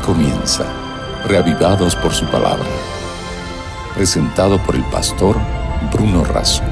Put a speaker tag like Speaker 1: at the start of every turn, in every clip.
Speaker 1: comienza, reavivados por su palabra. Presentado por el pastor Bruno Razo.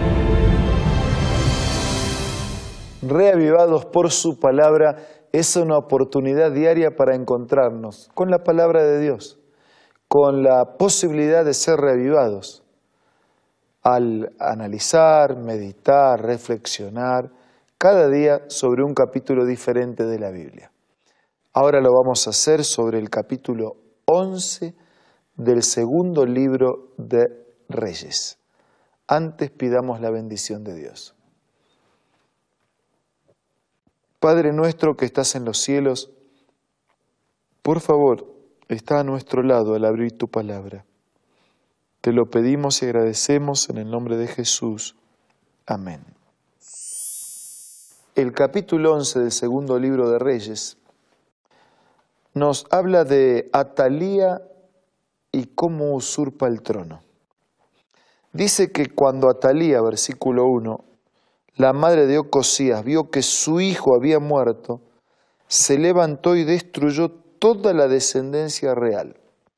Speaker 2: Reavivados por su palabra es una oportunidad diaria para encontrarnos con la palabra de Dios, con la posibilidad de ser reavivados. Al analizar, meditar, reflexionar cada día sobre un capítulo diferente de la Biblia. Ahora lo vamos a hacer sobre el capítulo 11 del segundo libro de Reyes. Antes pidamos la bendición de Dios. Padre nuestro que estás en los cielos, por favor, está a nuestro lado al abrir tu palabra. Te lo pedimos y agradecemos en el nombre de Jesús. Amén. El capítulo 11 del segundo libro de Reyes nos habla de Atalía y cómo usurpa el trono. Dice que cuando Atalía, versículo 1, la madre de Ocosías, vio que su hijo había muerto, se levantó y destruyó toda la descendencia real.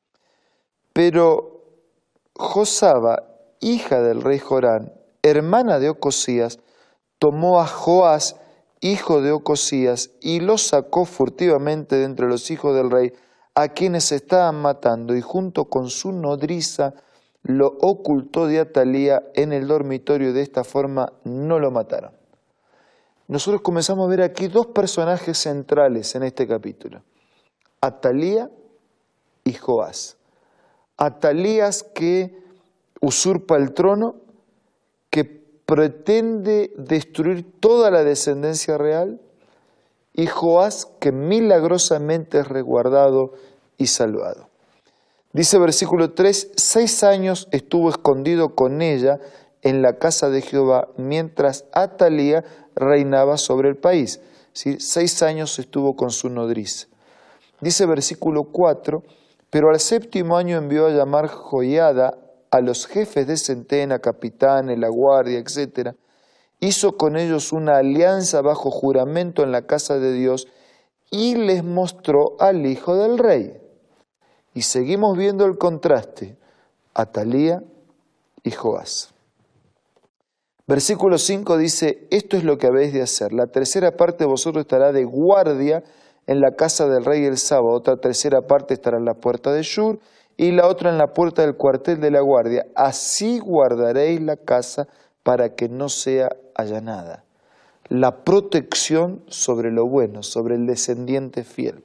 Speaker 2: Pero Josaba, hija del rey Jorán, hermana de Ocosías, tomó a Joás, hijo de Ocosías, y lo sacó furtivamente de entre los hijos del rey, a quienes estaban matando, y junto con su nodriza lo ocultó de Atalía en el dormitorio. De esta forma no lo mataron. Nosotros comenzamos a ver aquí dos personajes centrales en este capítulo: Atalía y Joás. Atalías, que usurpa el trono, que pretende destruir toda la descendencia real, y Joás, que milagrosamente es resguardado y salvado. Dice versículo 3, 6 años estuvo escondido con ella en la casa de Jehová, mientras Atalía reinaba sobre el país. ¿Sí? 6 años estuvo con su nodriza. Dice versículo 4, pero al 7º año envió a llamar Joiada a los jefes de centena, capitanes, la guardia, etc. Hizo con ellos una alianza bajo juramento en la casa de Dios y les mostró al hijo del rey. Y seguimos viendo el contraste, Atalía y Joás. Versículo 5 dice, esto es lo que habéis de hacer. La tercera parte de vosotros estará de guardia en la casa del rey el sábado. Otra tercera parte estará en la puerta de Shur y la otra en la puerta del cuartel de la guardia. Así guardaréis la casa para que no sea allanada. La protección sobre lo bueno, sobre el descendiente fiel.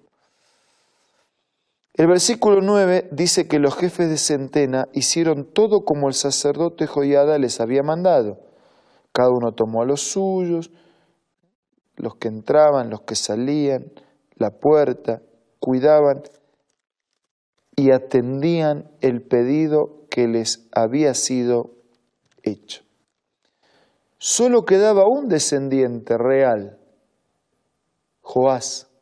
Speaker 2: El versículo 9 dice que los jefes de centena hicieron todo como el sacerdote Joiada les había mandado. Cada uno tomó a los suyos, los que entraban, los que salían, la puerta, cuidaban y atendían el pedido que les había sido hecho. Solo quedaba un descendiente real, Joás.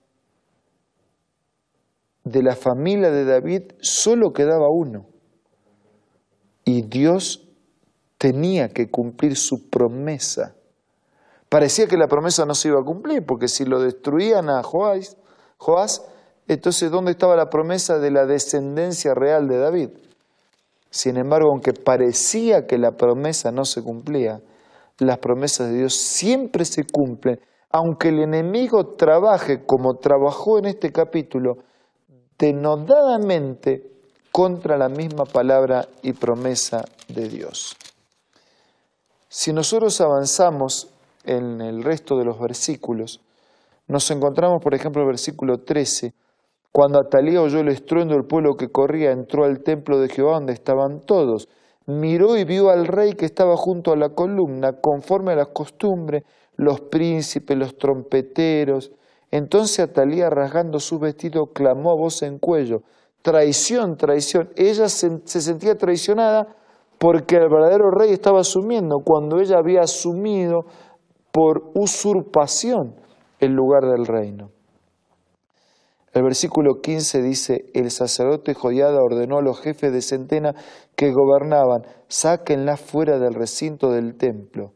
Speaker 2: De la familia de David solo quedaba uno. Y Dios tenía que cumplir su promesa. Parecía que la promesa no se iba a cumplir, porque si lo destruían a Joás, entonces ¿dónde estaba la promesa de la descendencia real de David? Sin embargo, aunque parecía que la promesa no se cumplía, las promesas de Dios siempre se cumplen, aunque el enemigo trabaje como trabajó en este capítulo, denodadamente contra la misma palabra y promesa de Dios. Si nosotros avanzamos en el resto de los versículos, nos encontramos, por ejemplo, el versículo 13, cuando Atalía oyó el estruendo del pueblo que corría, entró al templo de Jehová donde estaban todos, miró y vio al rey que estaba junto a la columna, conforme a la costumbre, los príncipes, los trompeteros. Entonces Atalía, rasgando su vestido, clamó a voz en cuello, traición, traición. Ella se sentía traicionada porque el verdadero rey estaba asumiendo, cuando ella había asumido por usurpación el lugar del reino. El versículo 15 dice, el sacerdote Joiada ordenó a los jefes de centena que gobernaban, sáquenla fuera del recinto del templo,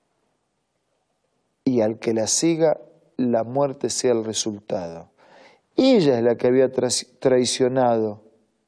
Speaker 2: y al que la siga, la muerte sea el resultado. Ella es la que había traicionado.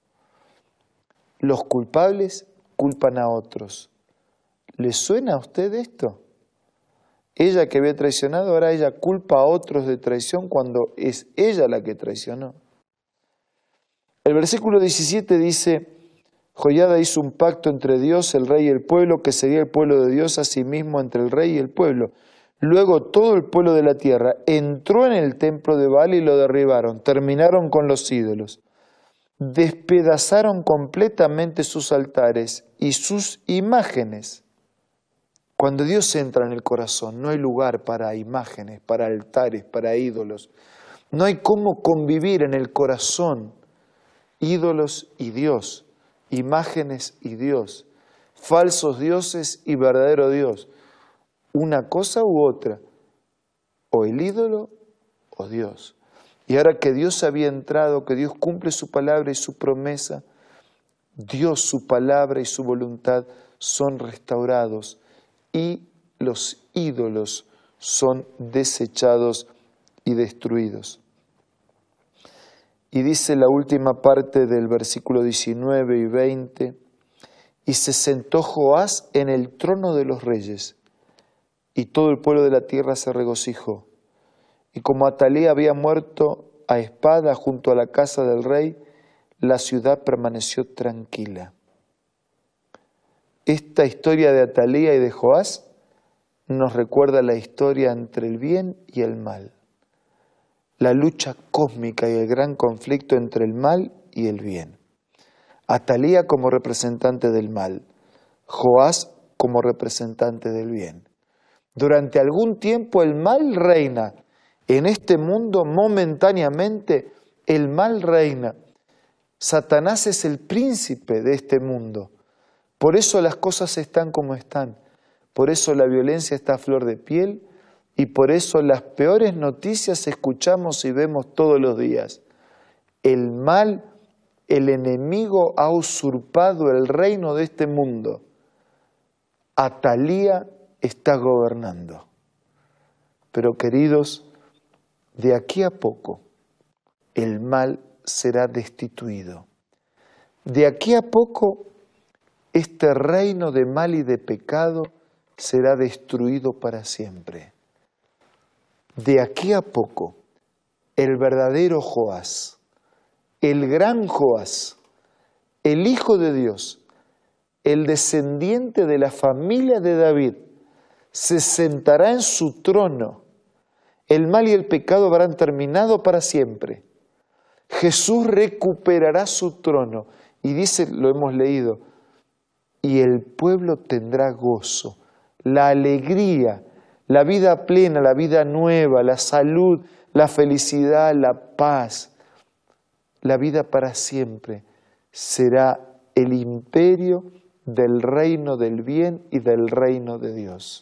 Speaker 2: Los culpables culpan a otros. ¿Le suena a usted esto? Ella que había traicionado, ahora ella culpa a otros de traición cuando es ella la que traicionó. El versículo 17 dice: Joiada hizo un pacto entre Dios, el rey y el pueblo, que sería el pueblo de Dios asimismo entre el rey y el pueblo. Luego todo el pueblo de la tierra entró en el templo de Baal y lo derribaron, terminaron con los ídolos, despedazaron completamente sus altares y sus imágenes. Cuando Dios entra en el corazón, no hay lugar para imágenes, para altares, para ídolos. No hay cómo convivir en el corazón ídolos y Dios, imágenes y Dios, falsos dioses y verdadero Dios. Una cosa u otra, o el ídolo o Dios. Y ahora que Dios había entrado, que Dios cumple su palabra y su promesa, Dios, su palabra y su voluntad son restaurados y los ídolos son desechados y destruidos. Y dice la última parte del versículo 19 y 20, y se sentó Joás en el trono de los reyes, y todo el pueblo de la tierra se regocijó. Y como Atalía había muerto a espada junto a la casa del rey, la ciudad permaneció tranquila. Esta historia de Atalía y de Joás nos recuerda la historia entre el bien y el mal, la lucha cósmica y el gran conflicto entre el mal y el bien. Atalía como representante del mal, Joás como representante del bien. Durante algún tiempo el mal reina. En este mundo momentáneamente el mal reina. Satanás es el príncipe de este mundo. Por eso las cosas están como están. Por eso la violencia está a flor de piel y por eso las peores noticias escuchamos y vemos todos los días. El mal, el enemigo ha usurpado el reino de este mundo. Atalía está gobernando. Pero queridos, de aquí a poco el mal será destituido. De aquí a poco este reino de mal y de pecado será destruido para siempre. De aquí a poco el verdadero Joás, el gran Joás, el Hijo de Dios, el descendiente de la familia de David, se sentará en su trono. El mal y el pecado habrán terminado para siempre. Jesús recuperará su trono. Y dice, lo hemos leído, y el pueblo tendrá gozo, la alegría, la vida plena, la vida nueva, la salud, la felicidad, la paz. La vida para siempre será el imperio del reino del bien y del reino de Dios.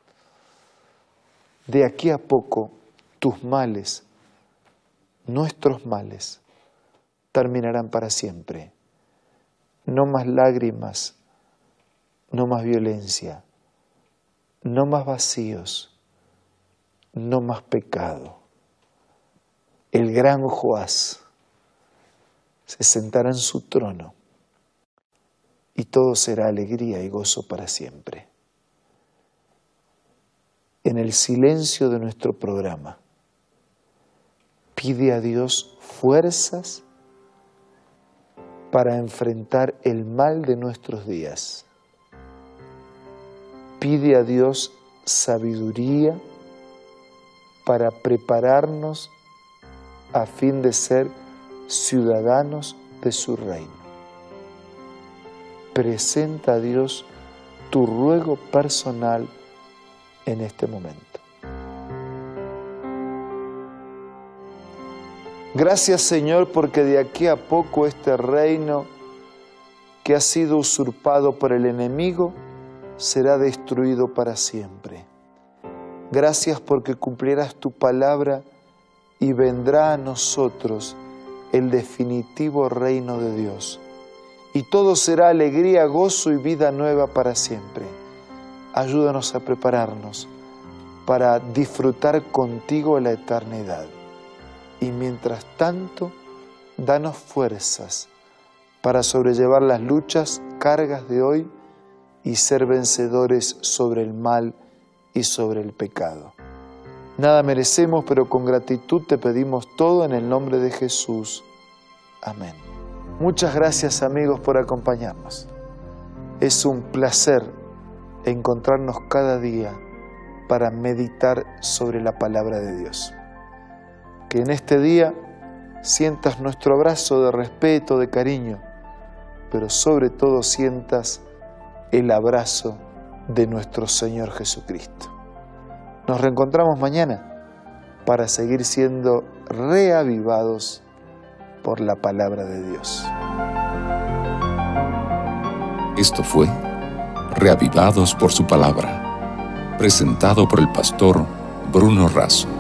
Speaker 2: De aquí a poco, tus males, nuestros males, terminarán para siempre. No más lágrimas, no más violencia, no más vacíos, no más pecado. El gran Joás se sentará en su trono y todo será alegría y gozo para siempre. En el silencio de nuestro programa, pide a Dios fuerzas para enfrentar el mal de nuestros días. Pide a Dios sabiduría para prepararnos a fin de ser ciudadanos de su reino. Presenta a Dios tu ruego personal en este momento. Gracias, Señor, porque de aquí a poco este reino que ha sido usurpado por el enemigo será destruido para siempre. Gracias porque cumplirás tu palabra y vendrá a nosotros el definitivo reino de Dios. Y todo será alegría, gozo y vida nueva para siempre. Ayúdanos a prepararnos para disfrutar contigo la eternidad. y mientras tanto, danos fuerzas para sobrellevar las luchas, cargas de hoy y ser vencedores sobre el mal y sobre el pecado. Nada merecemos, pero con gratitud te pedimos todo en el nombre de Jesús. Amén. Muchas gracias, amigos, por acompañarnos. Es un placer encontrarnos cada día para meditar sobre la palabra de Dios. Que en este día sientas nuestro abrazo de respeto, de cariño, pero sobre todo sientas el abrazo de nuestro Señor Jesucristo. Nos reencontramos mañana para seguir siendo reavivados por la palabra de Dios.
Speaker 1: Esto fue Reavivados por su palabra, presentado por el pastor Bruno Razo.